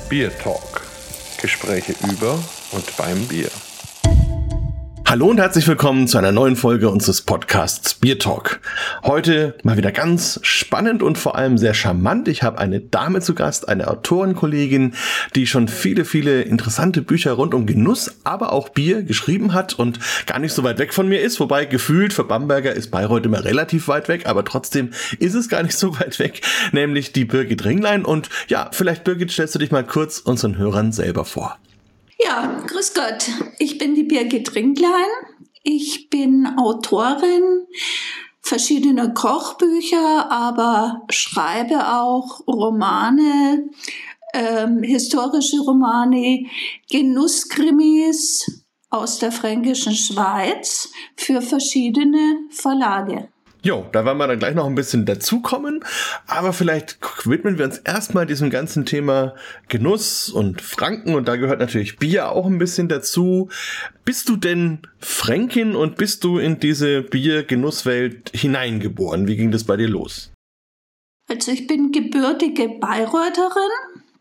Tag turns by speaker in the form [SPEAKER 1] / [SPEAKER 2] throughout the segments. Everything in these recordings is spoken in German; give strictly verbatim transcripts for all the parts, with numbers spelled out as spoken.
[SPEAKER 1] Beer Talk. Gespräche über und beim Bier.
[SPEAKER 2] Hallo und herzlich willkommen zu einer neuen Folge unseres Podcasts Beer Talk. Heute mal wieder ganz spannend und vor allem sehr charmant. Ich habe eine Dame zu Gast, eine Autorenkollegin, die schon viele, viele interessante Bücher rund um Genuss, aber auch Bier geschrieben hat und gar nicht so weit weg von mir ist. Wobei gefühlt für Bamberger ist Bayreuth immer relativ weit weg, aber trotzdem ist es gar nicht so weit weg, nämlich die Birgit Ringlein. Und ja, vielleicht Birgit, stellst du dich mal kurz unseren Hörern selber vor.
[SPEAKER 3] Ja, grüß Gott. Ich bin die Birgit Ringlein. Ich bin Autorin verschiedener Kochbücher, aber schreibe auch Romane, ähm, historische Romane, Genusskrimis aus der fränkischen Schweiz für verschiedene Verlage.
[SPEAKER 2] Jo, da werden wir dann gleich noch ein bisschen dazukommen, aber vielleicht widmen wir uns erstmal diesem ganzen Thema Genuss und Franken und da gehört natürlich Bier auch ein bisschen dazu. Bist du denn Fränkin und bist du in diese Bier-Genusswelt hineingeboren? Wie ging das bei dir los?
[SPEAKER 3] Also ich bin gebürtige Bayreutherin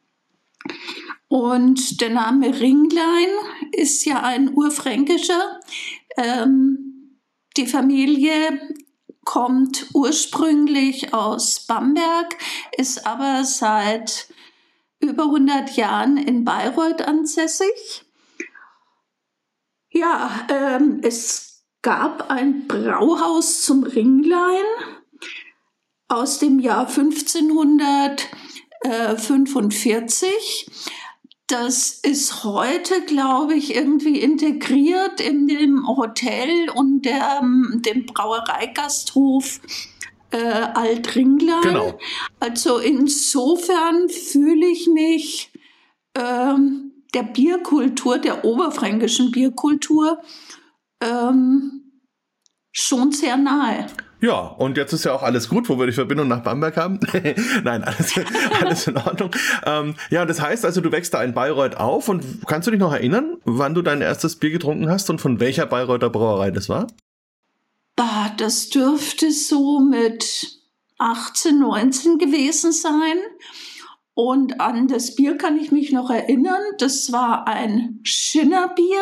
[SPEAKER 3] und der Name Ringlein ist ja ein urfränkischer. Ähm, die Familie kommt ursprünglich aus Bamberg, ist aber seit über hundert Jahren in Bayreuth ansässig. Ja, ähm, es gab ein Brauhaus zum Ringlein aus dem Jahr fünfzehnhundertfünfundvierzig. Das ist heute, glaube ich, irgendwie integriert in dem Hotel und der, dem Brauereigasthof äh, Alt-Ringlein.
[SPEAKER 2] Genau.
[SPEAKER 3] Also insofern fühle ich mich ähm, der Bierkultur, der oberfränkischen Bierkultur ähm, schon sehr nahe.
[SPEAKER 2] Ja, und jetzt ist ja auch alles gut, wo wir die Verbindung nach Bamberg haben. Nein, alles, alles in Ordnung. Ähm, ja, das heißt also, du wächst da in Bayreuth auf und kannst du dich noch erinnern, wann du dein erstes Bier getrunken hast und von welcher Bayreuther Brauerei das war?
[SPEAKER 3] Bah, das dürfte so mit achtzehn, neunzehn gewesen sein. Und an das Bier kann ich mich noch erinnern. Das war ein Schinnerbier.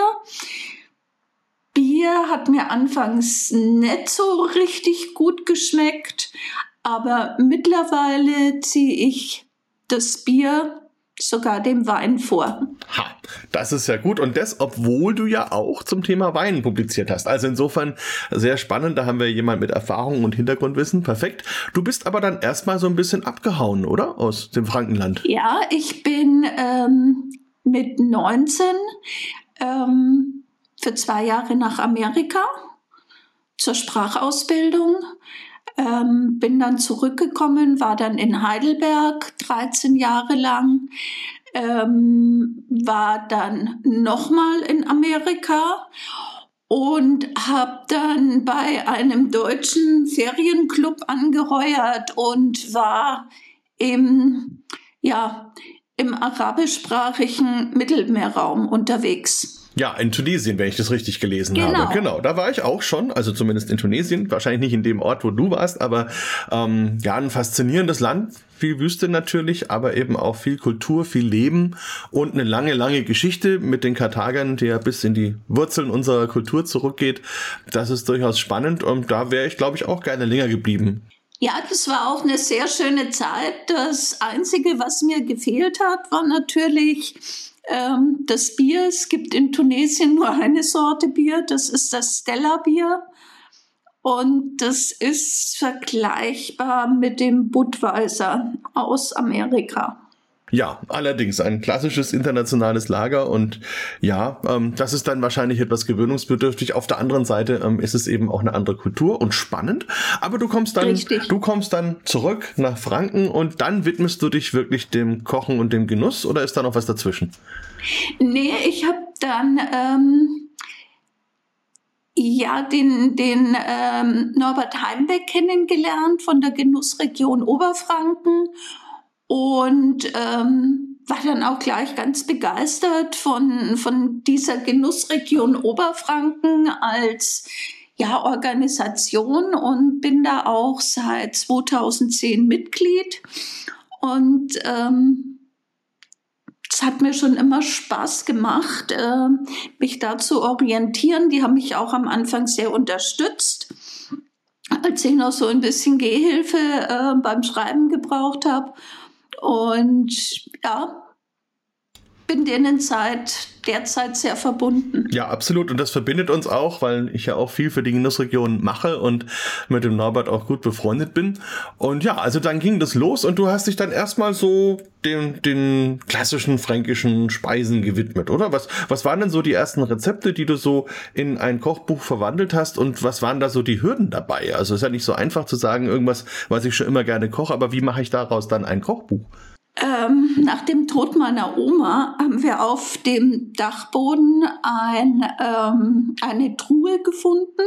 [SPEAKER 3] Bier hat mir anfangs nicht so richtig gut geschmeckt, aber mittlerweile ziehe ich das Bier sogar dem Wein vor.
[SPEAKER 2] Ha, das ist ja gut und das, obwohl du ja auch zum Thema Wein publiziert hast. Also insofern sehr spannend, da haben wir jemand mit Erfahrung und Hintergrundwissen, perfekt. Du bist aber dann erstmal so ein bisschen abgehauen, oder? Aus dem Frankenland.
[SPEAKER 3] Ja, ich bin ähm, mit neunzehn ähm, für zwei Jahre nach Amerika zur Sprachausbildung, ähm, bin dann zurückgekommen, war dann in Heidelberg dreizehn Jahre lang, ähm, war dann nochmal in Amerika und habe dann bei einem deutschen Ferienclub angeheuert und war im, ja, im arabischsprachigen Mittelmeerraum unterwegs.
[SPEAKER 2] Ja, in Tunesien, wenn ich das richtig gelesen
[SPEAKER 3] genau.
[SPEAKER 2] habe. Genau, da war ich auch schon, also zumindest in Tunesien, wahrscheinlich nicht in dem Ort, wo du warst, aber ähm, ja, ein faszinierendes Land, viel Wüste natürlich, aber eben auch viel Kultur, viel Leben und eine lange, lange Geschichte mit den Karthagern, die ja bis in die Wurzeln unserer Kultur zurückgeht. Das ist durchaus spannend und da wäre ich, glaube ich, auch gerne länger geblieben.
[SPEAKER 3] Ja, das war auch eine sehr schöne Zeit. Das Einzige, was mir gefehlt hat, war natürlich ähm, das Bier. Es gibt in Tunesien nur eine Sorte Bier, das ist das Stella-Bier. Und das ist vergleichbar mit dem Budweiser aus Amerika.
[SPEAKER 2] Ja, allerdings ein klassisches internationales Lager und ja, ähm, das ist dann wahrscheinlich etwas gewöhnungsbedürftig. Auf der anderen Seite ähm, ist es eben auch eine andere Kultur und spannend. Aber du kommst dann,
[SPEAKER 3] Richtig.
[SPEAKER 2] du kommst dann zurück nach Franken und dann widmest du dich wirklich dem Kochen und dem Genuss oder ist da noch was dazwischen?
[SPEAKER 3] Nee, ich habe dann ähm, ja den, den ähm, Norbert Heimbeck kennengelernt von der Genussregion Oberfranken. Und ähm, war dann auch gleich ganz begeistert von, von dieser Genussregion Oberfranken als ja, Organisation und bin da auch seit zweitausendzehn Mitglied. Und ähm, es hat mir schon immer Spaß gemacht, äh, mich da zu orientieren. Die haben mich auch am Anfang sehr unterstützt, als ich noch so ein bisschen Gehhilfe äh, beim Schreiben gebraucht habe. Und ja, bin denen seit derzeit sehr verbunden.
[SPEAKER 2] Ja, absolut. Und das verbindet uns auch, weil ich ja auch viel für die Genussregion mache und mit dem Norbert auch gut befreundet bin. Und ja, also dann ging das los und du hast dich dann erstmal so den, den klassischen fränkischen Speisen gewidmet, oder? Was, was waren denn so die ersten Rezepte, die du so in ein Kochbuch verwandelt hast und was waren da so die Hürden dabei? Also es ist ja nicht so einfach zu sagen, irgendwas, was ich schon immer gerne koche, aber wie mache ich daraus dann ein Kochbuch?
[SPEAKER 3] Ähm, nach dem Tod meiner Oma haben wir auf dem Dachboden ein, ähm, eine Truhe gefunden.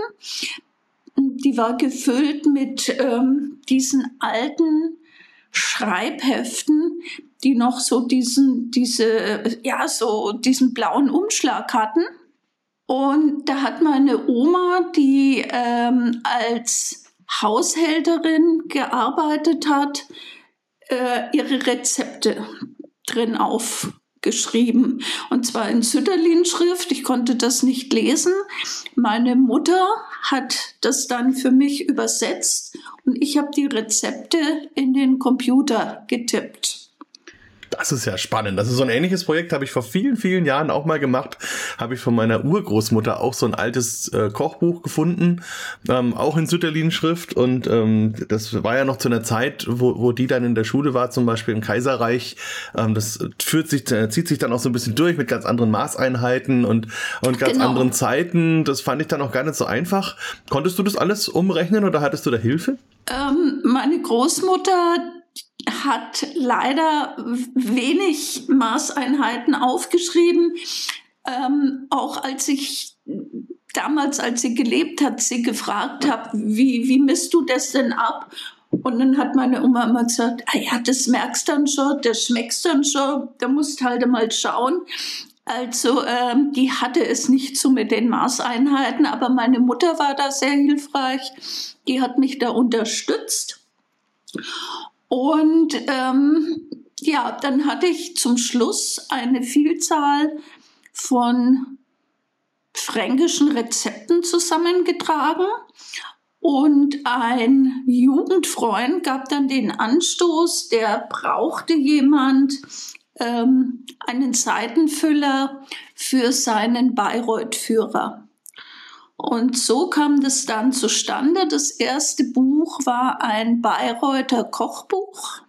[SPEAKER 3] Die war gefüllt mit ähm, diesen alten Schreibheften, die noch so diesen, diese, ja, so diesen blauen Umschlag hatten. Und da hat meine Oma, die ähm, als Haushälterin gearbeitet hat, ihre Rezepte drin aufgeschrieben. Und zwar in Sütterlin-Schrift. Ich konnte das nicht lesen. Meine Mutter hat das dann für mich übersetzt und ich habe die Rezepte in den Computer getippt.
[SPEAKER 2] Das ist ja spannend. Das ist so ein ähnliches Projekt, habe ich vor vielen, vielen Jahren auch mal gemacht. Habe ich von meiner Urgroßmutter auch so ein altes äh, Kochbuch gefunden, ähm, auch in Sütterlin-Schrift. Und ähm, das war ja noch zu einer Zeit, wo, wo die dann in der Schule war, zum Beispiel im Kaiserreich. Ähm, das führt sich, äh, zieht sich dann auch so ein bisschen durch mit ganz anderen Maßeinheiten und, und ganz genau. anderen Zeiten. Das fand ich dann auch gar nicht so einfach. Konntest du das alles umrechnen oder hattest du da Hilfe?
[SPEAKER 3] Ähm, meine Großmutter hat leider wenig Maßeinheiten aufgeschrieben. Ähm, auch als ich damals, als sie gelebt hat, sie gefragt habe, wie, wie misst du das denn ab? Und dann hat meine Oma immer gesagt, ah ja, das merkst dann schon, das schmeckst dann schon, da musst halt mal schauen. Also ähm, die hatte es nicht so mit den Maßeinheiten, aber meine Mutter war da sehr hilfreich. Die hat mich da unterstützt. Und ähm, ja, dann hatte ich zum Schluss eine Vielzahl von fränkischen Rezepten zusammengetragen. Und ein Jugendfreund gab dann den Anstoß, der brauchte jemand, ähm, einen Seitenfüller für seinen Bayreuth-Führer. Und so kam das dann zustande. Das erste Buch war ein Bayreuther Kochbuch.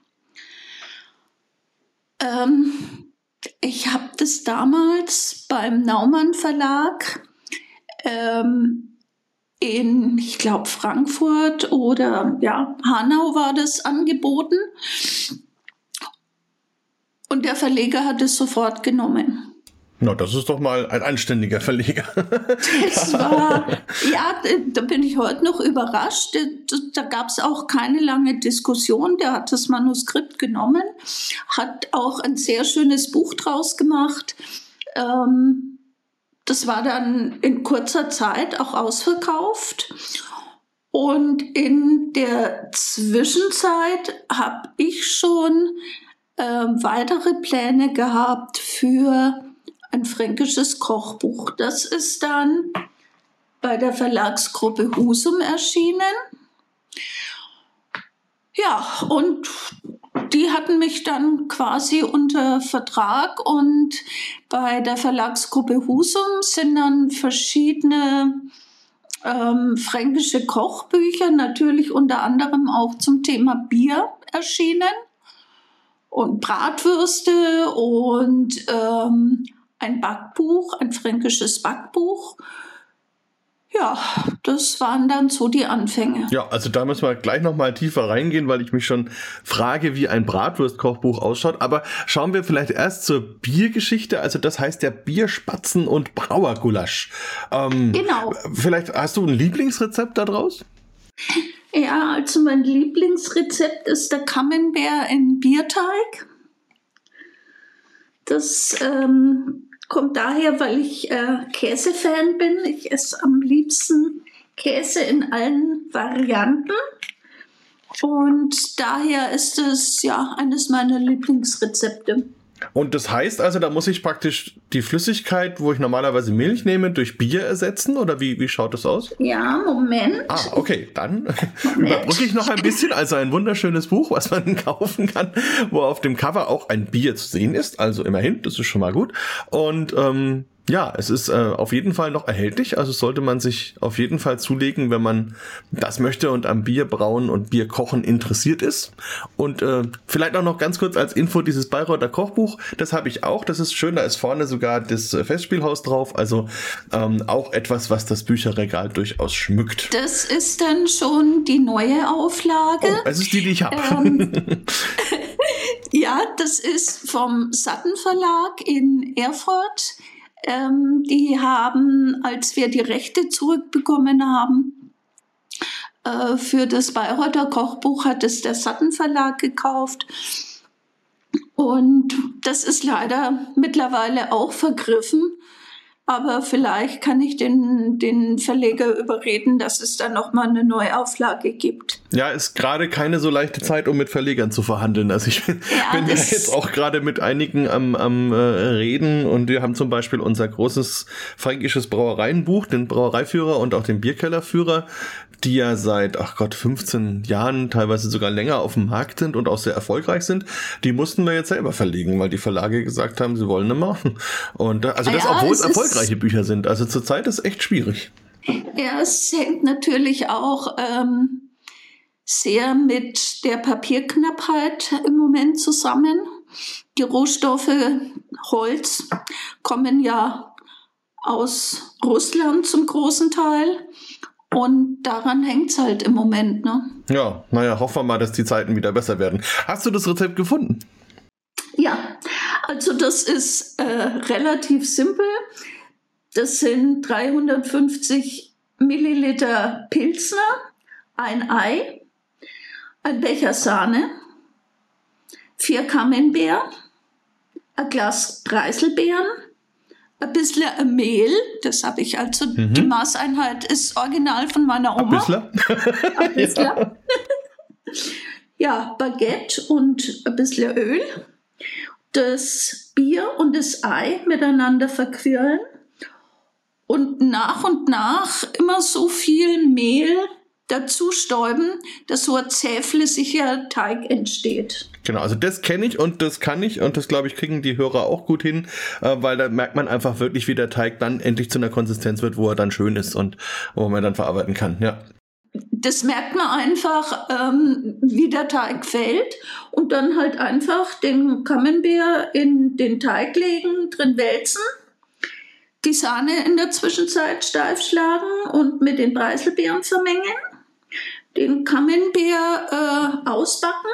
[SPEAKER 3] Ähm, ich habe das damals beim Naumann Verlag ähm, in, ich glaube, Frankfurt oder ja, Hanau war das angeboten. Und der Verleger hat es sofort genommen.
[SPEAKER 2] Na, das ist doch mal ein anständiger Verleger.
[SPEAKER 3] Das war, ja, da bin ich heute noch überrascht. Da gab es auch keine lange Diskussion. Der hat das Manuskript genommen, hat auch ein sehr schönes Buch draus gemacht. Das war dann in kurzer Zeit auch ausverkauft. Und in der Zwischenzeit habe ich schon weitere Pläne gehabt für ein fränkisches Kochbuch. Das ist dann bei der Verlagsgruppe Husum erschienen. Ja, und die hatten mich dann quasi unter Vertrag und bei der Verlagsgruppe Husum sind dann verschiedene ähm, fränkische Kochbücher, natürlich unter anderem auch zum Thema Bier erschienen und Bratwürste und ähm, ein Backbuch, ein fränkisches Backbuch. Ja, das waren dann so die Anfänge.
[SPEAKER 2] Ja, also da müssen wir gleich nochmal tiefer reingehen, weil ich mich schon frage, wie ein Bratwurst-Kochbuch ausschaut. Aber schauen wir vielleicht erst zur Biergeschichte. Also das heißt ja Bierspatzen und Brauergulasch. Ähm,
[SPEAKER 3] genau.
[SPEAKER 2] Vielleicht hast du ein Lieblingsrezept da draus?
[SPEAKER 3] Ja, also mein Lieblingsrezept ist der Camembert in Bierteig. Das ähm, kommt daher, weil ich äh, Käsefan bin. Ich esse am liebsten Käse in allen Varianten. Und daher ist es ja eines meiner Lieblingsrezepte.
[SPEAKER 2] Und das heißt also, da muss ich praktisch die Flüssigkeit, wo ich normalerweise Milch nehme, durch Bier ersetzen? Oder wie, wie schaut das aus?
[SPEAKER 3] Ja, Moment.
[SPEAKER 2] Ah, okay, dann überbrücke ich noch ein bisschen. Also ein wunderschönes Buch, was man kaufen kann, wo auf dem Cover auch ein Bier zu sehen ist. Also immerhin, das ist schon mal gut. Und ähm, ja, es ist äh, auf jeden Fall noch erhältlich. Also sollte man sich auf jeden Fall zulegen, wenn man das möchte und am Bierbrauen und Bierkochen interessiert ist. Und äh, vielleicht auch noch ganz kurz als Info, dieses Bayreuther Kochbuch, das habe ich auch. Das ist schön, da ist vorne sogar das äh, Festspielhaus drauf. Also ähm, auch etwas, was das Bücherregal durchaus schmückt.
[SPEAKER 3] Das ist dann schon die neue Auflage.
[SPEAKER 2] Oh, es ist die, die ich habe.
[SPEAKER 3] Ähm, ja, das ist vom Satten Verlag in Erfurt. Ähm, die haben, als wir die Rechte zurückbekommen haben, äh, für das Bayreuther Kochbuch hat es der Satten Verlag gekauft. Und das ist leider mittlerweile auch vergriffen. Aber vielleicht kann ich den, den Verleger überreden, dass es da nochmal eine Neuauflage gibt.
[SPEAKER 2] Ja, ist gerade keine so leichte Zeit, um mit Verlegern zu verhandeln. Also ich bin ja, bin ja jetzt auch gerade mit einigen am, am äh, Reden und wir haben zum Beispiel unser großes fränkisches Brauereienbuch, den Brauereiführer und auch den Bierkellerführer, die ja seit, ach Gott, fünfzehn Jahren, teilweise sogar länger auf dem Markt sind und auch sehr erfolgreich sind. Die mussten wir jetzt selber verlegen, weil die Verlage gesagt haben, sie wollen nicht mehr. Und also das, ja, obwohl es erfolgreiche Bücher sind. Also zurzeit ist echt schwierig.
[SPEAKER 3] Ja, es hängt natürlich auch ähm, sehr mit der Papierknappheit im Moment zusammen. Die Rohstoffe Holz kommen ja aus Russland zum großen Teil. Und daran hängt's halt im Moment, ne?
[SPEAKER 2] Ja, naja, hoffen wir mal, dass die Zeiten wieder besser werden. Hast du das Rezept gefunden?
[SPEAKER 3] Ja, also das ist äh, relativ simpel. Das sind dreihundertfünfzig Milliliter Pilsner, ein Ei, ein Becher Sahne, vier Camembert, ein Glas Preiselbeeren, ein bisschen Mehl, das habe ich also, mhm. Die Maßeinheit ist original von meiner Oma.
[SPEAKER 2] Ein bisschen?
[SPEAKER 3] Ein bisschen. Ja. Ja, Baguette und ein bisschen Öl. Das Bier und das Ei miteinander verquirlen und nach und nach immer so viel Mehl dazu stäuben, dass so ein zähflüssiger Teig entsteht.
[SPEAKER 2] Genau, also das kenne ich und das kann ich und das, glaube ich, kriegen die Hörer auch gut hin, äh, weil da merkt man einfach wirklich, wie der Teig dann endlich zu einer Konsistenz wird, wo er dann schön ist und wo man dann verarbeiten kann, ja.
[SPEAKER 3] Das merkt man einfach, ähm, wie der Teig fällt und dann halt einfach den Camembert in den Teig legen, drin wälzen, die Sahne in der Zwischenzeit steif schlagen und mit den Preiselbeeren vermengen, den Camembert äh, ausbacken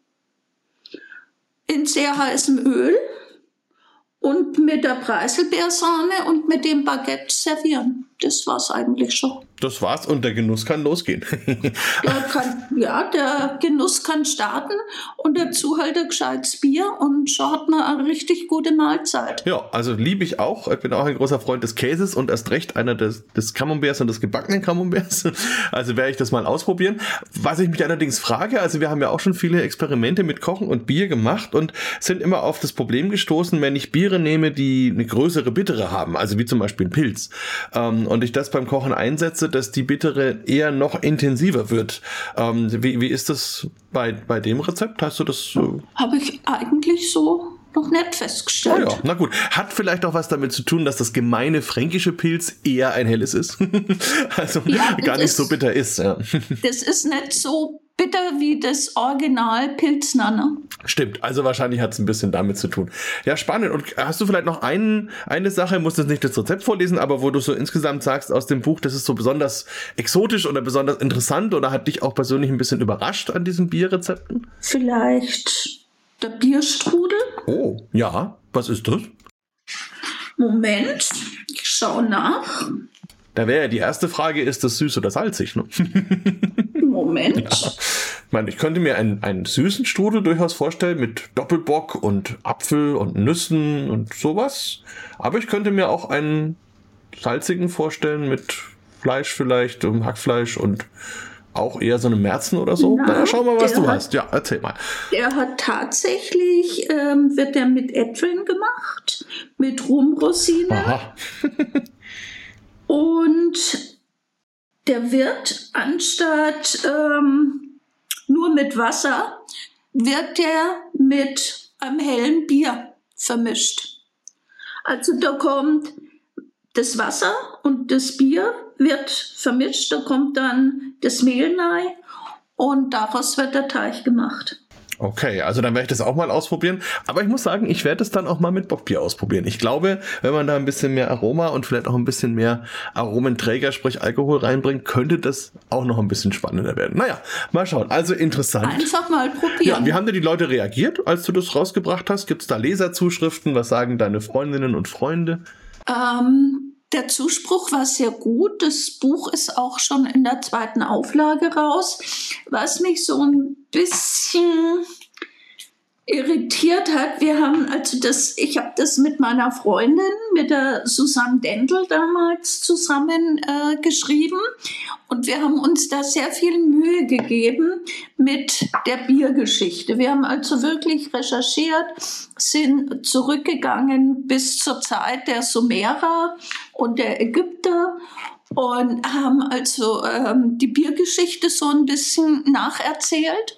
[SPEAKER 3] in sehr heißem Öl und mit der Preiselbeersahne und mit dem Baguette servieren. Das war's eigentlich schon.
[SPEAKER 2] Das war's und der Genuss kann losgehen.
[SPEAKER 3] der kann, ja, der Genuss kann starten und dazu halt ein gescheites Bier und schon hat man eine richtig gute Mahlzeit.
[SPEAKER 2] Ja, also liebe ich auch. Ich bin auch ein großer Freund des Käses und erst recht einer des, des Camemberts und des gebackenen Camemberts. Also werde ich das mal ausprobieren. Was ich mich allerdings frage, also wir haben ja auch schon viele Experimente mit Kochen und Bier gemacht und sind immer auf das Problem gestoßen, wenn ich Biere nehme, die eine größere Bittere haben, also wie zum Beispiel ein Pilz, ähm, und ich das beim Kochen einsetze, dass die Bittere eher noch intensiver wird. Ähm, wie, wie ist das bei, bei dem Rezept? Hast du das? Äh
[SPEAKER 3] Habe ich eigentlich so noch nicht festgestellt.
[SPEAKER 2] Oh ja, na gut. Hat vielleicht auch was damit zu tun, dass das gemeine fränkische Pilz eher ein helles ist. Also ja, gar nicht ist, so bitter ist. Ja.
[SPEAKER 3] Das ist nicht so bitter wie das Original Pilsner, ne?
[SPEAKER 2] Stimmt, also wahrscheinlich hat es ein bisschen damit zu tun. Ja, spannend. Und hast du vielleicht noch einen, eine Sache, musst jetzt nicht das Rezept vorlesen, aber wo du so insgesamt sagst aus dem Buch, das ist so besonders exotisch oder besonders interessant oder hat dich auch persönlich ein bisschen überrascht an diesen Bierrezepten?
[SPEAKER 3] Vielleicht der Bierstrudel.
[SPEAKER 2] Oh, ja. Was ist das?
[SPEAKER 3] Moment, ich schaue nach.
[SPEAKER 2] Da wäre ja die erste Frage, ist das süß oder salzig, ne?
[SPEAKER 3] Moment.
[SPEAKER 2] Ja. Ich meine, ich könnte mir einen, einen süßen Strudel durchaus vorstellen mit Doppelbock und Apfel und Nüssen und sowas. Aber ich könnte mir auch einen salzigen vorstellen mit Fleisch vielleicht, um Hackfleisch und auch eher so eine Märzen oder so?
[SPEAKER 3] Na,
[SPEAKER 2] Na, schau mal, was du
[SPEAKER 3] hat,
[SPEAKER 2] hast. Ja, erzähl mal.
[SPEAKER 3] Der hat tatsächlich, ähm, wird der mit Edrin gemacht, mit Rumrosine.
[SPEAKER 2] Aha.
[SPEAKER 3] Und der wird anstatt ähm, nur mit Wasser, wird der mit einem hellen Bier vermischt. Also da kommt das Wasser und das Bier wird vermischt, da kommt dann das Mehl rein und daraus wird der Teig gemacht.
[SPEAKER 2] Okay, also dann werde ich das auch mal ausprobieren. Aber ich muss sagen, ich werde es dann auch mal mit Bockbier ausprobieren. Ich glaube, wenn man da ein bisschen mehr Aroma und vielleicht auch ein bisschen mehr Aromenträger, sprich Alkohol reinbringt, könnte das auch noch ein bisschen spannender werden. Naja, mal schauen. Also interessant.
[SPEAKER 3] Einfach mal probieren.
[SPEAKER 2] Ja, wie haben denn die Leute reagiert, als du das rausgebracht hast? Gibt es da Leserzuschriften? Was sagen deine Freundinnen und Freunde?
[SPEAKER 3] Ähm, der Zuspruch war sehr gut. Das Buch ist auch schon in der zweiten Auflage raus. Was mich so ein bisschen irritiert hat, wir haben also das, ich habe das mit meiner Freundin, mit der Susanne Dendel damals zusammen äh, geschrieben und wir haben uns da sehr viel Mühe gegeben mit der Biergeschichte. Wir haben also wirklich recherchiert, sind zurückgegangen bis zur Zeit der Sumerer und der Ägypter und haben also ähm, die Biergeschichte so ein bisschen nacherzählt.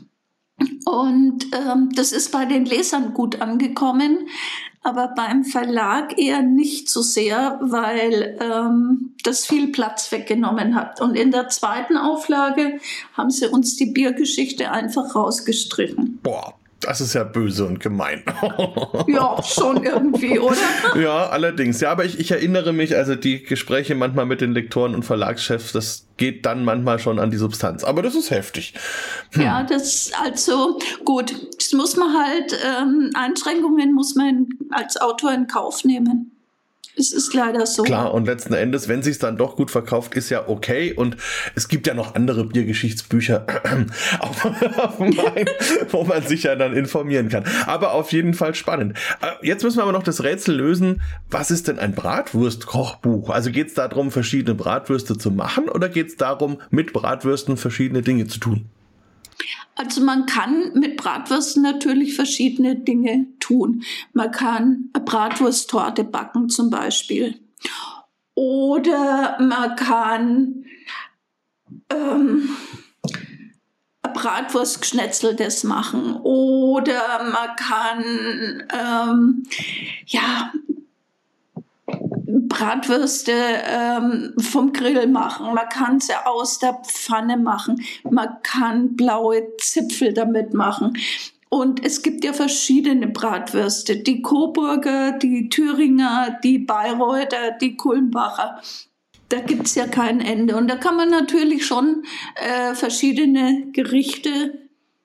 [SPEAKER 3] Und ähm, das ist bei den Lesern gut angekommen, aber beim Verlag eher nicht so sehr, weil ähm, das viel Platz weggenommen hat. Und in der zweiten Auflage haben sie uns die Biergeschichte einfach rausgestrichen.
[SPEAKER 2] Boah. Das ist ja böse und gemein.
[SPEAKER 3] Ja, schon irgendwie, oder?
[SPEAKER 2] Ja, allerdings. Ja, aber ich, ich erinnere mich, also die Gespräche manchmal mit den Lektoren und Verlagschefs, das geht dann manchmal schon an die Substanz. Aber das ist heftig. Hm.
[SPEAKER 3] Ja, das also gut. Das muss man halt, ähm, Einschränkungen muss man als Autor in Kauf nehmen. Es ist leider so.
[SPEAKER 2] Klar, und letzten Endes, wenn sich dann doch gut verkauft, ist ja okay. Und es gibt ja noch andere Biergeschichtsbücher auf, auf Main, wo man sich ja dann informieren kann. Aber auf jeden Fall spannend. Jetzt müssen wir aber noch das Rätsel lösen. Was ist denn ein Bratwurst-Kochbuch? Also geht es darum, verschiedene Bratwürste zu machen oder geht es darum, mit Bratwürsten verschiedene Dinge zu tun?
[SPEAKER 3] Also man kann mit Bratwürsten natürlich verschiedene Dinge tun. Man kann eine Bratwursttorte backen zum Beispiel. Oder man kann ähm, ein Bratwurstgeschnetzeltes machen. Oder man kann ähm, ja Bratwürste ähm, vom Grill machen, man kann sie aus der Pfanne machen, man kann blaue Zipfel damit machen. Und es gibt ja verschiedene Bratwürste, die Coburger, die Thüringer, die Bayreuther, die Kulmbacher. Da gibt's ja kein Ende. Und da kann man natürlich schon äh, verschiedene Gerichte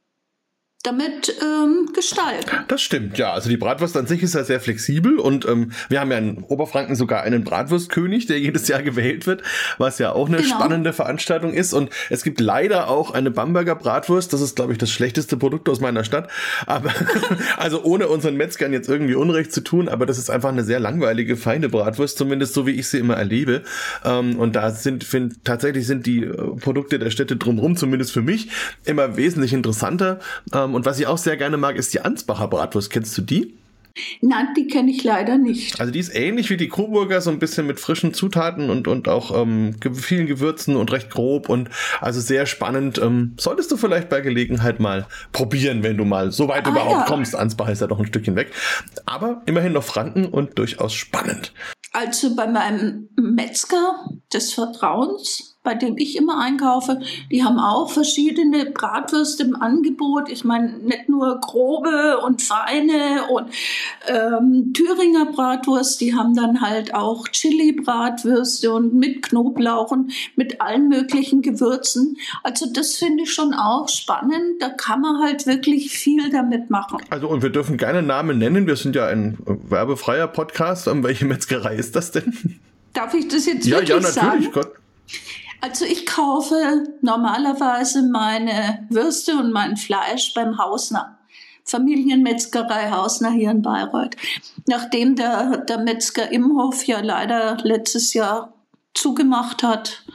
[SPEAKER 3] damit ähm, gestalten.
[SPEAKER 2] Das stimmt, ja. Also die Bratwurst an sich ist ja sehr flexibel und ähm, wir haben ja in Oberfranken sogar einen Bratwurstkönig, der jedes Jahr gewählt wird, was ja auch eine genau. spannende Veranstaltung ist. Und es gibt leider auch eine Bamberger Bratwurst. Das ist, glaube ich, das schlechteste Produkt aus meiner Stadt. Aber also ohne unseren Metzgern jetzt irgendwie Unrecht zu tun, aber das ist einfach eine sehr langweilige, feine Bratwurst, zumindest so wie ich sie immer erlebe. Ähm, und da sind find, tatsächlich sind die Produkte der Städte drumherum, zumindest für mich, immer wesentlich interessanter. Ähm, Und was ich auch sehr gerne mag, ist die Ansbacher Bratwurst. Kennst du die?
[SPEAKER 3] Nein, die kenne ich leider nicht.
[SPEAKER 2] Also die ist ähnlich wie die Coburger, so ein bisschen mit frischen Zutaten und, und auch ähm, vielen Gewürzen und recht grob und also sehr spannend. Ähm, solltest du vielleicht bei Gelegenheit mal probieren, wenn du mal so weit ah, überhaupt ja. kommst. Ansbach ist ja doch ein Stückchen weg. Aber immerhin noch Franken und durchaus spannend.
[SPEAKER 3] Also bei meinem Metzger des Vertrauens, bei dem ich immer einkaufe, die haben auch verschiedene Bratwürste im Angebot. Ich meine, nicht nur grobe und feine und ähm, Thüringer Bratwurst, die haben dann halt auch Chili-Bratwürste und mit Knoblauch und mit allen möglichen Gewürzen. Also das finde ich schon auch spannend. Da kann man halt wirklich viel damit machen.
[SPEAKER 2] Also und wir dürfen gerne Namen nennen. Wir sind ja ein werbefreier Podcast. Welche Metzgerei ist das denn?
[SPEAKER 3] Darf ich das jetzt
[SPEAKER 2] ja,
[SPEAKER 3] wirklich
[SPEAKER 2] ja, natürlich,
[SPEAKER 3] sagen?
[SPEAKER 2] Gott.
[SPEAKER 3] Also ich kaufe normalerweise meine Würste und mein Fleisch beim Hausner. Familienmetzgerei Hausner hier in Bayreuth. Nachdem der, der Metzger Imhof ja leider letztes Jahr zugemacht hat,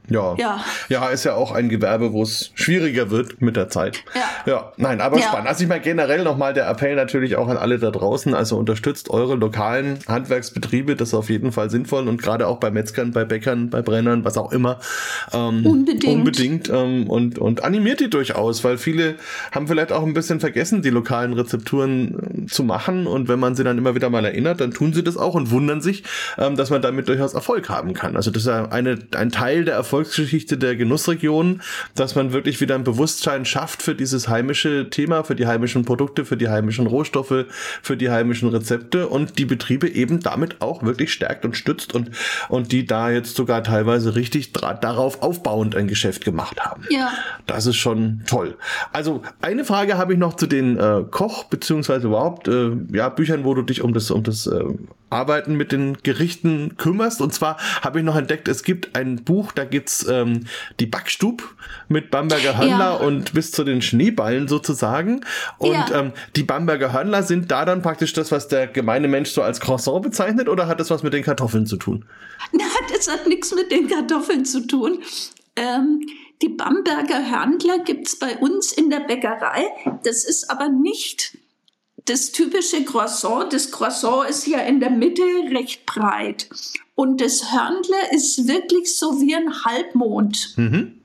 [SPEAKER 2] Ja. ja, ja, ist ja auch ein Gewerbe, wo es schwieriger wird mit der Zeit. Ja, ja nein, aber ja. spannend. Also ich meine generell nochmal der Appell natürlich auch an alle da draußen, also unterstützt eure lokalen Handwerksbetriebe, das ist auf jeden Fall sinnvoll und gerade auch bei Metzgern, bei Bäckern, bei Brennern, was auch immer. Ähm, unbedingt. Unbedingt ähm, und, und animiert die durchaus, weil viele haben vielleicht auch ein bisschen vergessen, die lokalen Rezepturen äh, zu machen und wenn man sie dann immer wieder mal erinnert, dann tun sie das auch und wundern sich, ähm, dass man damit durchaus Erfolg haben kann. Also das ist ja eine, ein Teil der Erfolg Volksgeschichte der Genussregion, dass man wirklich wieder ein Bewusstsein schafft für dieses heimische Thema, für die heimischen Produkte, für die heimischen Rohstoffe, für die heimischen Rezepte und die Betriebe eben damit auch wirklich stärkt und stützt und, und die da jetzt sogar teilweise richtig dra- darauf aufbauend ein Geschäft gemacht haben. Ja. Das ist schon toll. Also eine Frage habe ich noch zu den äh, Koch- beziehungsweise überhaupt äh, ja, Büchern, wo du dich um das, um das äh, Arbeiten mit den Gerichten kümmerst. Und zwar habe ich noch entdeckt, es gibt ein Buch, da gibt's ähm, die Backstub mit Bamberger Hörnler ja. und bis zu den Schneeballen sozusagen. Und ja. ähm, die Bamberger Hörnler sind da dann praktisch das, was der gemeine Mensch so als Croissant bezeichnet, oder hat das was mit den Kartoffeln zu tun?
[SPEAKER 3] Na, das hat nichts mit den Kartoffeln zu tun. Ähm, die Bamberger Hörnler gibt's bei uns in der Bäckerei. Das ist aber nicht das typische Croissant. Das Croissant ist ja in der Mitte recht breit. Und das Hörnle ist wirklich so wie ein Halbmond. Mhm.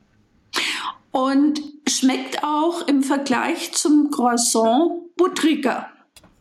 [SPEAKER 3] Und schmeckt auch im Vergleich zum Croissant buttriger.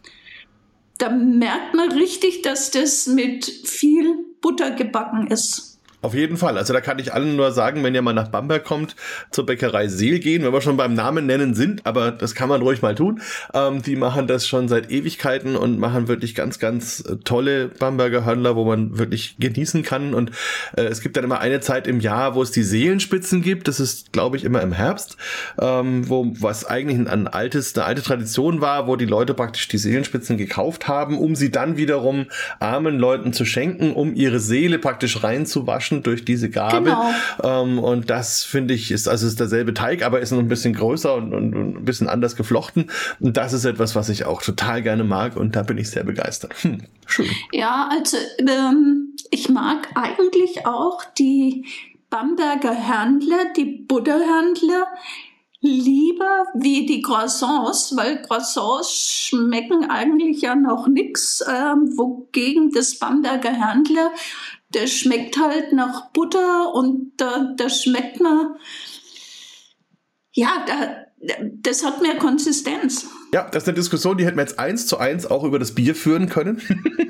[SPEAKER 3] Da merkt man richtig, dass das mit viel Butter gebacken ist.
[SPEAKER 2] Auf jeden Fall. Also da kann ich allen nur sagen, wenn ihr mal nach Bamberg kommt, zur Bäckerei Seel gehen, wenn wir schon beim Namen nennen sind, aber das kann man ruhig mal tun. Ähm, die machen das schon seit Ewigkeiten und machen wirklich ganz, ganz tolle Bamberger Hörnler, wo man wirklich genießen kann. Und äh, es gibt dann immer eine Zeit im Jahr, wo es die Seelenspitzen gibt. Das ist, glaube ich, immer im Herbst, ähm, wo was eigentlich ein altes, eine alte Tradition war, wo die Leute praktisch die Seelenspitzen gekauft haben, um sie dann wiederum armen Leuten zu schenken, um ihre Seele praktisch reinzuwaschen durch diese Gabe. Genau. Ähm, und das finde ich, ist also ist derselbe Teig, aber ist noch ein bisschen größer und, und, und ein bisschen anders geflochten. Und das ist etwas, was ich auch total gerne mag und da bin ich sehr begeistert. Hm, schön.
[SPEAKER 3] Ja, also ähm, ich mag eigentlich auch die Bamberger Hörnle, die Butterhörnle, lieber wie die Croissants, weil Croissants schmecken eigentlich ja noch nix, ähm, wogegen das Bamberger Hörnle, der schmeckt halt nach Butter und da, da schmeckt man, ja, da, das hat mehr Konsistenz.
[SPEAKER 2] Ja, das ist eine Diskussion, die hätten wir jetzt eins zu eins auch über das Bier führen können.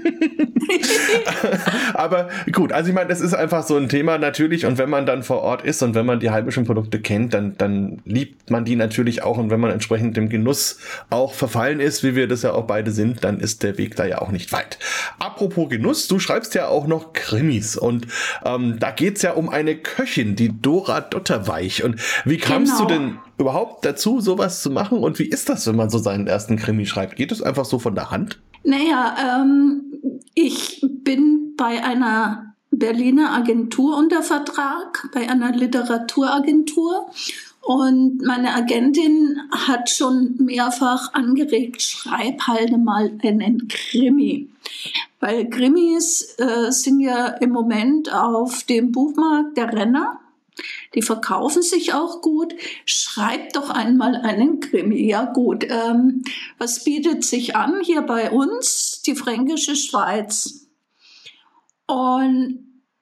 [SPEAKER 2] Aber gut, also ich meine, das ist einfach so ein Thema natürlich und wenn man dann vor Ort ist und wenn man die heimischen Produkte kennt, dann, dann liebt man die natürlich auch und wenn man entsprechend dem Genuss auch verfallen ist, wie wir das ja auch beide sind, dann ist der Weg da ja auch nicht weit. Apropos Genuss, du schreibst ja auch noch Krimis und ähm, da geht's ja um eine Köchin, die Dora Dotterweich. Und wie kamst genau. du denn überhaupt dazu, sowas zu machen und wie ist das, wenn man so seinen ersten Krimi schreibt? Geht es einfach so von der Hand?
[SPEAKER 3] Naja, ähm, ich bin bei einer Berliner Agentur unter Vertrag, bei einer Literaturagentur. Und meine Agentin hat schon mehrfach angeregt, schreib halt mal einen Krimi. Weil Krimis äh, sind ja im Moment auf dem Buchmarkt der Renner. Die verkaufen sich auch gut. Schreib doch einmal einen Krimi. Ja gut, ähm, was bietet sich an hier bei uns? Die Fränkische Schweiz. Und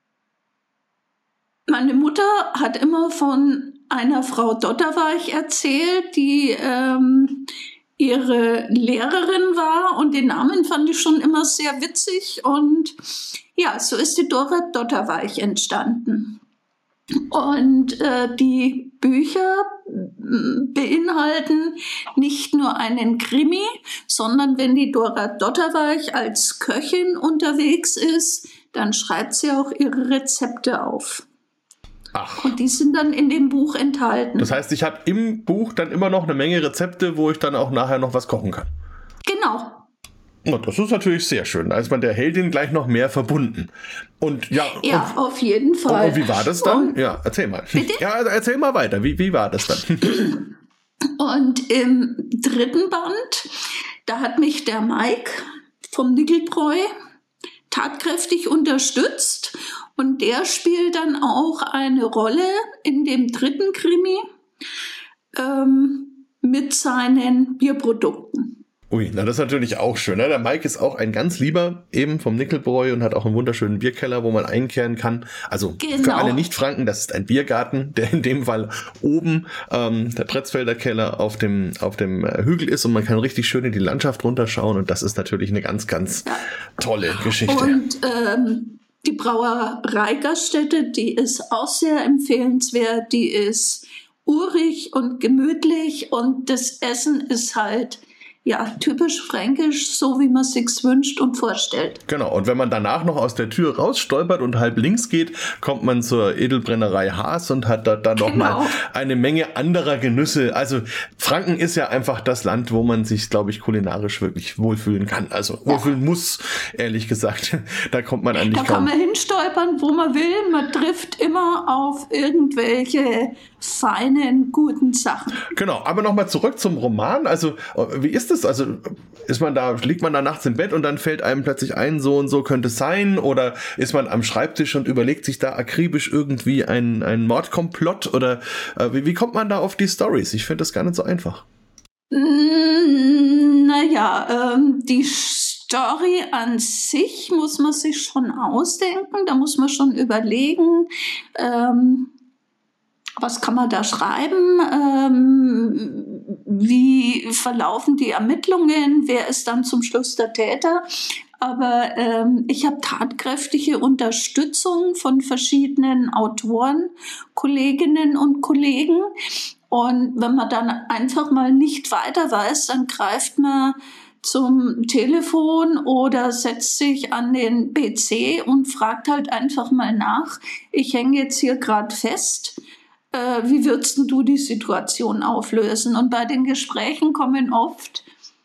[SPEAKER 3] meine Mutter hat immer von einer Frau Dotterweich erzählt, die ähm, ihre Lehrerin war und den Namen fand ich schon immer sehr witzig und ja, so ist die Dora Dotterweich entstanden. Und äh, die Bücher beinhalten nicht nur einen Krimi, sondern wenn die Dora Dotterweich als Köchin unterwegs ist, dann schreibt sie auch ihre Rezepte auf. Ach. Und die sind dann in dem Buch enthalten.
[SPEAKER 2] Das heißt, ich habe im Buch dann immer noch eine Menge Rezepte, wo ich dann auch nachher noch was kochen kann.
[SPEAKER 3] Genau.
[SPEAKER 2] Und das ist natürlich sehr schön. Da ist man der Heldin gleich noch mehr verbunden. Und ja,
[SPEAKER 3] ja
[SPEAKER 2] und,
[SPEAKER 3] auf jeden Fall.
[SPEAKER 2] Und, und wie war das dann?
[SPEAKER 3] Und,
[SPEAKER 2] ja, erzähl mal.
[SPEAKER 3] Bitte?
[SPEAKER 2] Ja, erzähl mal weiter. Wie, wie war das dann?
[SPEAKER 3] Und im dritten Band, da hat mich der Mike vom Nickelbräu tatkräftig unterstützt. Und der spielt dann auch eine Rolle in dem dritten Krimi ähm, mit seinen Bierprodukten.
[SPEAKER 2] Ui, na das ist natürlich auch schön. Ne? Der Mike ist auch ein ganz lieber, eben vom Nickelbräu und hat auch einen wunderschönen Bierkeller, wo man einkehren kann. Also genau. Für alle Nicht-Franken, das ist ein Biergarten, der in dem Fall oben ähm, der Pretzfelder Keller auf dem auf dem Hügel ist und man kann richtig schön in die Landschaft runterschauen und das ist natürlich eine ganz, ganz ja. tolle Geschichte.
[SPEAKER 3] Und ähm, die Brauerei Gaststätte, die ist auch sehr empfehlenswert, die ist urig und gemütlich und das Essen ist halt ja, typisch fränkisch, so wie man sich's wünscht und vorstellt.
[SPEAKER 2] Genau, und wenn man danach noch aus der Tür rausstolpert und halb links geht, kommt man zur Edelbrennerei Haas und hat da dann genau. nochmal eine Menge anderer Genüsse. Also Franken ist ja einfach das Land, wo man sich, glaube ich, kulinarisch wirklich wohlfühlen kann. Also ja. wohlfühlen muss, ehrlich gesagt. Da kommt man eigentlich kaum.
[SPEAKER 3] Da kann man hinstolpern, wo man will. Man trifft immer auf irgendwelche feinen, guten Sachen.
[SPEAKER 2] Genau, aber nochmal zurück zum Roman. Also, wie ist das? Also, ist man da, liegt man da nachts im Bett und dann fällt einem plötzlich ein, so und so könnte es sein? Oder ist man am Schreibtisch und überlegt sich da akribisch irgendwie ein, ein Mordkomplott? Oder äh, wie, wie kommt man da auf die Storys? Ich finde das gar nicht so einfach.
[SPEAKER 3] Naja, ähm, die Story an sich muss man sich schon ausdenken. Da muss man schon überlegen, ähm, was kann man da schreiben? Ähm, wie verlaufen die Ermittlungen? Wer ist dann zum Schluss der Täter? Aber ähm, ich habe tatkräftige Unterstützung von verschiedenen Autoren, Kolleginnen und Kollegen. Und wenn man dann einfach mal nicht weiter weiß, dann greift man zum Telefon oder setzt sich an den P C und fragt halt einfach mal nach. Ich hänge jetzt hier gerade fest. Wie würdest du die Situation auflösen? Und bei den Gesprächen kommen oft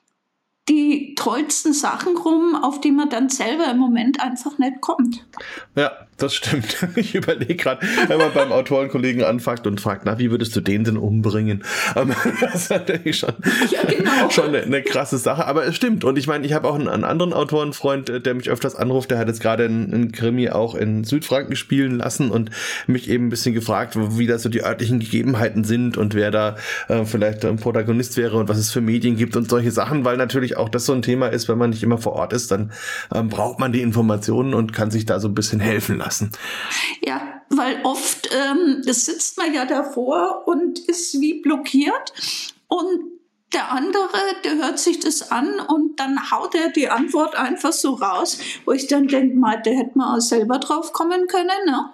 [SPEAKER 3] die tollsten Sachen rum, auf die man dann selber im Moment einfach nicht kommt.
[SPEAKER 2] Ja, das stimmt. Ich überlege gerade, wenn man beim Autorenkollegen anfängt und fragt, na, wie würdest du den denn umbringen? Das ist natürlich schon,
[SPEAKER 3] ja, genau.
[SPEAKER 2] schon eine, eine krasse Sache, aber es stimmt. Und ich meine, ich habe auch einen, einen anderen Autorenfreund, der mich öfters anruft, der hat jetzt gerade einen, einen Krimi auch in Südfranken spielen lassen und mich eben ein bisschen gefragt, wie da so die örtlichen Gegebenheiten sind und wer da äh, vielleicht ein Protagonist wäre und was es für Medien gibt und solche Sachen, weil natürlich auch das so ein Thema ist, wenn man nicht immer vor Ort ist, dann ähm, braucht man die Informationen und kann sich da so ein bisschen helfen lassen.
[SPEAKER 3] Ja, weil oft ähm, sitzt man ja davor und ist wie blockiert und der andere, der hört sich das an und dann haut er die Antwort einfach so raus, wo ich dann denke, mal, der hätte man auch selber drauf kommen können, ne?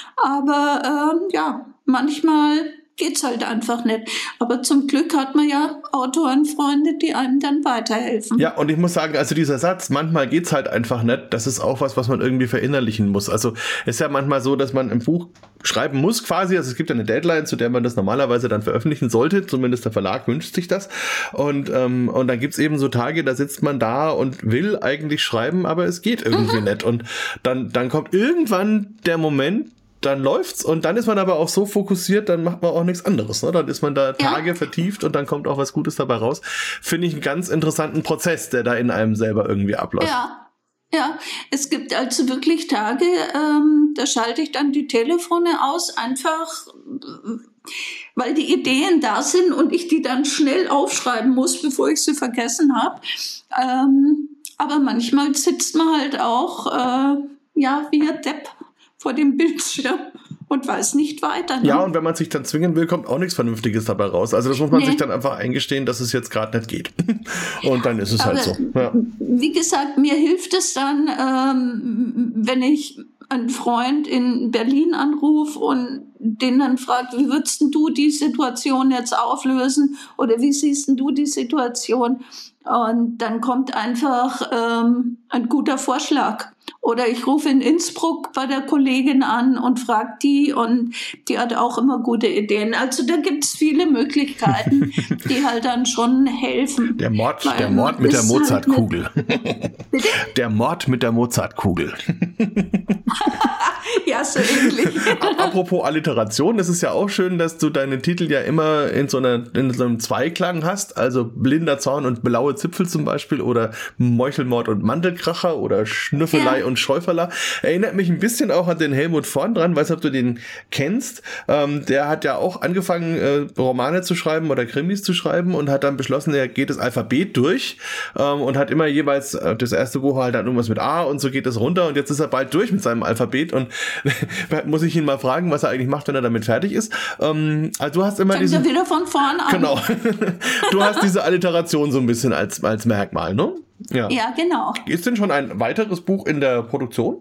[SPEAKER 3] Aber ähm, ja, manchmal geht's halt einfach nicht. Aber zum Glück hat man ja Autorenfreunde, die einem dann weiterhelfen.
[SPEAKER 2] Ja, und ich muss sagen, also dieser Satz, manchmal geht's halt einfach nicht, das ist auch was, was man irgendwie verinnerlichen muss. Also es ist ja manchmal so, dass man ein Buch schreiben muss quasi, also es gibt ja eine Deadline, zu der man das normalerweise dann veröffentlichen sollte, zumindest der Verlag wünscht sich das. Und, ähm, und dann gibt's eben so Tage, da sitzt man da und will eigentlich schreiben, aber es geht irgendwie mhm. nicht. Und dann, dann kommt irgendwann der Moment, dann läuft's und dann ist man aber auch so fokussiert, dann macht man auch nichts anderes. Ne? Dann ist man da Tage ja. vertieft und dann kommt auch was Gutes dabei raus. Finde ich einen ganz interessanten Prozess, der da in einem selber irgendwie abläuft.
[SPEAKER 3] Ja, ja. Es gibt also wirklich Tage, ähm, da schalte ich dann die Telefone aus, einfach weil die Ideen da sind und ich die dann schnell aufschreiben muss, bevor ich sie vergessen habe. Ähm, aber manchmal sitzt man halt auch äh, ja wie ein Depp vor dem Bildschirm und weiß nicht weiter. Ne?
[SPEAKER 2] Ja, und wenn man sich dann zwingen will, kommt auch nichts Vernünftiges dabei raus. Also das muss man nee. sich dann einfach eingestehen, dass es jetzt gerade nicht geht. Und dann ist es
[SPEAKER 3] Aber
[SPEAKER 2] halt so. Ja.
[SPEAKER 3] Wie gesagt, mir hilft es dann, ähm, wenn ich einen Freund in Berlin anrufe und den dann fragt, wie würdest du die Situation jetzt auflösen oder wie siehst du die Situation? Und dann kommt einfach ähm, ein guter Vorschlag. Oder ich rufe in Innsbruck bei der Kollegin an und frage die und die hat auch immer gute Ideen. Also da gibt es viele Möglichkeiten, die halt dann schon helfen.
[SPEAKER 2] Der Mord, der Mord mit der Mozartkugel. Halt der Mord mit der Mozartkugel.
[SPEAKER 3] Ja, so ähnlich.
[SPEAKER 2] Apropos Alliteration, es ist ja auch schön, dass du deine Titel ja immer in so, einer, in so einem Zweiklang hast, also Blinder Zorn und Blaue Zipfel zum Beispiel oder Meuchelmord und Mandelkracher oder Schnüffelei ja. und Schäuferler. Erinnert mich ein bisschen auch an den Helmut Vorn dran, weiß nicht, ob du den kennst. Ähm, der hat ja auch angefangen, äh, Romane zu schreiben oder Krimis zu schreiben und hat dann beschlossen, er geht das Alphabet durch ähm, und hat immer jeweils äh, das erste Buch halt dann irgendwas mit A und so geht es runter und jetzt ist er bald durch mit seinem Alphabet und muss ich ihn mal fragen, was er eigentlich macht, wenn er damit fertig ist. Ähm, also du hast immer diese
[SPEAKER 3] wieder von vorn an.
[SPEAKER 2] Genau. Du hast diese Alliteration so ein bisschen als, als Merkmal, ne? Ja.
[SPEAKER 3] Ja, genau.
[SPEAKER 2] Ist denn schon ein weiteres Buch in der Produktion?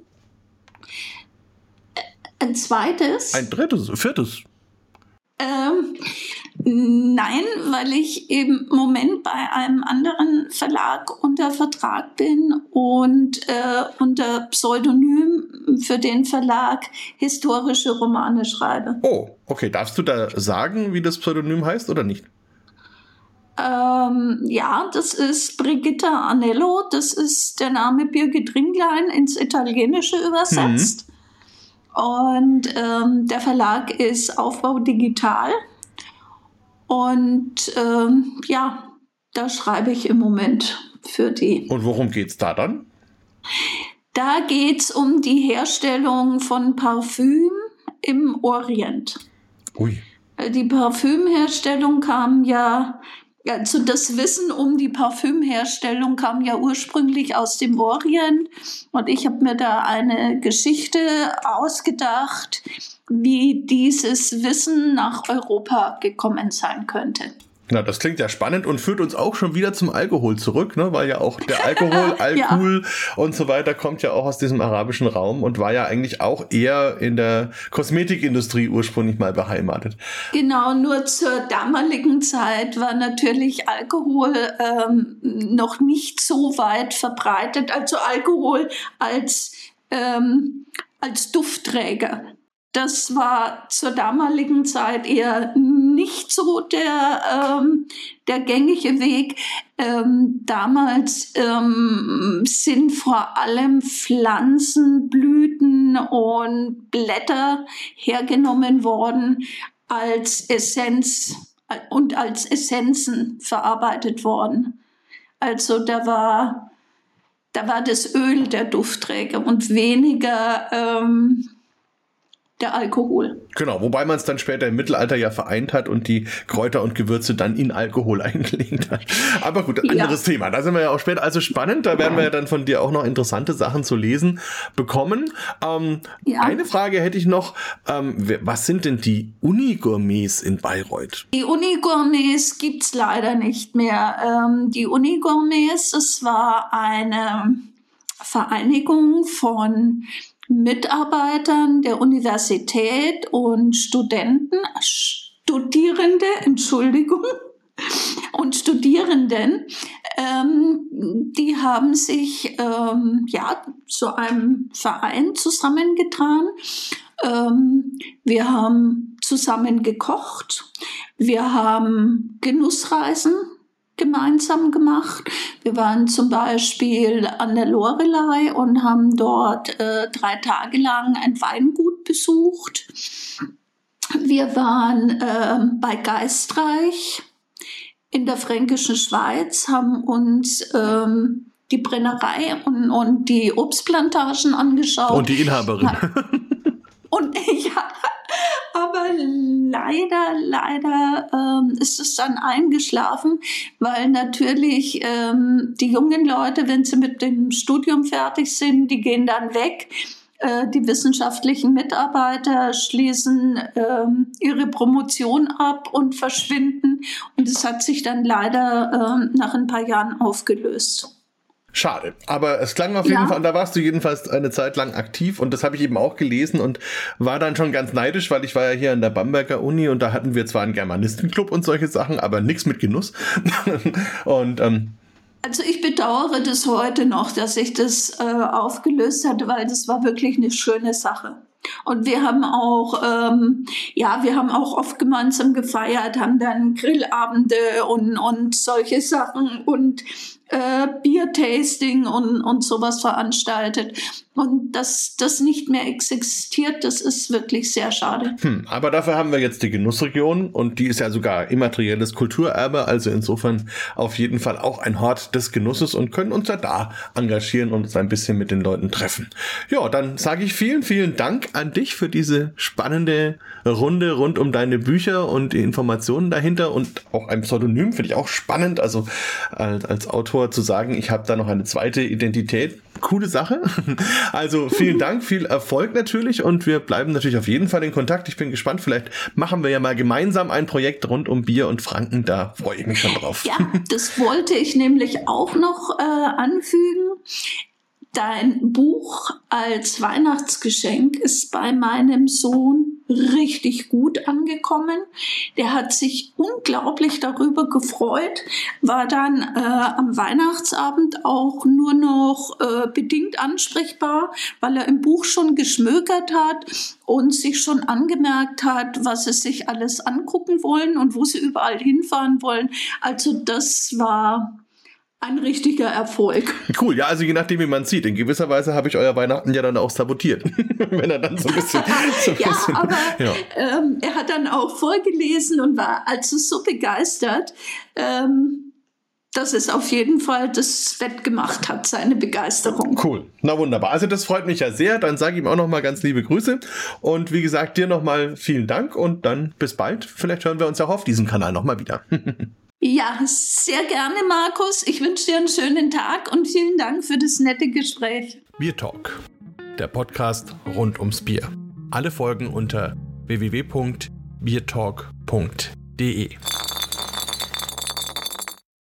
[SPEAKER 3] Ein zweites?
[SPEAKER 2] Ein drittes, viertes?
[SPEAKER 3] Ähm, nein, weil ich eben im Moment bei einem anderen Verlag unter Vertrag bin und äh, unter Pseudonym für den Verlag historische Romane schreibe.
[SPEAKER 2] Oh, okay. Darfst du da sagen, wie das Pseudonym heißt oder nicht?
[SPEAKER 3] Ähm, ja, das ist Brigitta Anello. Das ist der Name Birgit Ringlein ins Italienische übersetzt. Mhm. Und ähm, der Verlag ist Aufbau Digital. Und ähm, ja, da schreibe ich im Moment für die.
[SPEAKER 2] Und worum geht's da dann?
[SPEAKER 3] Da geht's um die Herstellung von Parfüm im Orient.
[SPEAKER 2] Ui.
[SPEAKER 3] Die Parfümherstellung kam ja, also das Wissen um die Parfümherstellung kam ja ursprünglich aus dem Orient. Und ich habe mir da eine Geschichte ausgedacht, wie dieses Wissen nach Europa gekommen sein könnte.
[SPEAKER 2] Na, das klingt ja spannend und führt uns auch schon wieder zum Alkohol zurück, ne? Weil ja auch der Alkohol, Alkohol ja. und so weiter kommt ja auch aus diesem arabischen Raum und war ja eigentlich auch eher in der Kosmetikindustrie ursprünglich mal beheimatet.
[SPEAKER 3] Genau, nur zur damaligen Zeit war natürlich Alkohol ähm, noch nicht so weit verbreitet, also Alkohol als, ähm, als Duftträger. Das war zur damaligen Zeit eher nicht so der, ähm, der gängige Weg. Ähm, damals ähm, sind vor allem Pflanzen, Blüten und Blätter hergenommen worden als Essenz und als Essenzen verarbeitet worden. Also da war, da war das Öl der Duftträger und weniger ähm, der Alkohol.
[SPEAKER 2] Genau, wobei man es dann später im Mittelalter ja vereint hat und die Kräuter und Gewürze dann in Alkohol eingelegt hat. Aber gut, anderes ja. Thema. Da sind wir ja auch später. Also spannend, da werden wir ja dann von dir auch noch interessante Sachen zu lesen bekommen. Ähm, ja. Eine Frage hätte ich noch. Ähm, was sind denn die Uni-Gourmets in Bayreuth?
[SPEAKER 3] Die Uni-Gourmets gibt's leider nicht mehr. Ähm, die Uni-Gourmets, es war eine Vereinigung von Mitarbeitern der Universität und Studenten, Studierende, Entschuldigung, und Studierenden, ähm, die haben sich ähm, ja zu einem Verein zusammengetan. Ähm, wir haben zusammen gekocht, wir haben Genussreisen gemeinsam gemacht. Wir waren zum Beispiel an der Loreley und haben dort äh, drei Tage lang ein Weingut besucht. Wir waren äh, bei Geistreich in der Fränkischen Schweiz, haben uns ähm, die Brennerei und, und die Obstplantagen angeschaut.
[SPEAKER 2] Und die Inhaberin.
[SPEAKER 3] Und ja, aber leider, leider ähm, ist es dann eingeschlafen, weil natürlich ähm, die jungen Leute, wenn sie mit dem Studium fertig sind, die gehen dann weg. Äh, die wissenschaftlichen Mitarbeiter schließen ähm, ihre Promotion ab und verschwinden. Und es hat sich dann leider ähm, nach ein paar Jahren aufgelöst.
[SPEAKER 2] Schade, aber es klang auf jeden ja. Fall, da warst du jedenfalls eine Zeit lang aktiv und das habe ich eben auch gelesen und war dann schon ganz neidisch, weil ich war ja hier an der Bamberger Uni und da hatten wir zwar einen Germanistenclub und solche Sachen, aber nichts mit Genuss. und ähm,
[SPEAKER 3] Also ich bedauere das heute noch, dass sich das äh, aufgelöst hat, weil das war wirklich eine schöne Sache. Und wir haben auch, ähm, ja, wir haben auch oft gemeinsam gefeiert, haben dann Grillabende und, und solche Sachen und äh, Biertasting und, und sowas veranstaltet. Und dass das nicht mehr existiert, das ist wirklich sehr schade.
[SPEAKER 2] Hm, aber dafür haben wir jetzt die Genussregion und die ist ja sogar immaterielles Kulturerbe, also insofern auf jeden Fall auch ein Hort des Genusses und können uns ja da engagieren und uns ein bisschen mit den Leuten treffen. Ja, dann sage ich vielen, vielen Dank an dich für diese spannende Runde rund um deine Bücher und die Informationen dahinter und auch ein Pseudonym finde ich auch spannend, also als, als Autor zu sagen, ich habe da noch eine zweite Identität. Coole Sache. Also vielen Dank, viel Erfolg natürlich und wir bleiben natürlich auf jeden Fall in Kontakt. Ich bin gespannt, vielleicht machen wir ja mal gemeinsam ein Projekt rund um Bier und Franken, da freue ich mich schon drauf.
[SPEAKER 3] Ja, das wollte ich nämlich auch noch äh, anfügen. Dein Buch als Weihnachtsgeschenk ist bei meinem Sohn richtig gut angekommen. Der hat sich unglaublich darüber gefreut, war dann äh, am Weihnachtsabend auch nur noch äh, bedingt ansprechbar, weil er im Buch schon geschmökert hat und sich schon angemerkt hat, was sie sich alles angucken wollen und wo sie überall hinfahren wollen. Also das war ein richtiger Erfolg.
[SPEAKER 2] Cool, ja, also je nachdem, wie man sieht. In gewisser Weise habe ich euer Weihnachten ja dann auch sabotiert. Wenn er dann so ein bisschen... So ein
[SPEAKER 3] ja,
[SPEAKER 2] bisschen,
[SPEAKER 3] aber
[SPEAKER 2] ja.
[SPEAKER 3] Ähm, er hat dann auch vorgelesen und war also so begeistert, ähm, dass es auf jeden Fall das wettgemacht hat, seine Begeisterung.
[SPEAKER 2] Cool, na wunderbar. Also das freut mich ja sehr. Dann sage ich ihm auch nochmal ganz liebe Grüße. Und wie gesagt, dir nochmal vielen Dank und dann bis bald. Vielleicht hören wir uns auch auf diesem Kanal nochmal wieder.
[SPEAKER 3] Ja, sehr gerne, Markus. Ich wünsche dir einen schönen Tag und vielen Dank für das nette Gespräch.
[SPEAKER 2] Bier Talk, der Podcast rund ums Bier. Alle Folgen unter w w w punkt biertalk punkt d e.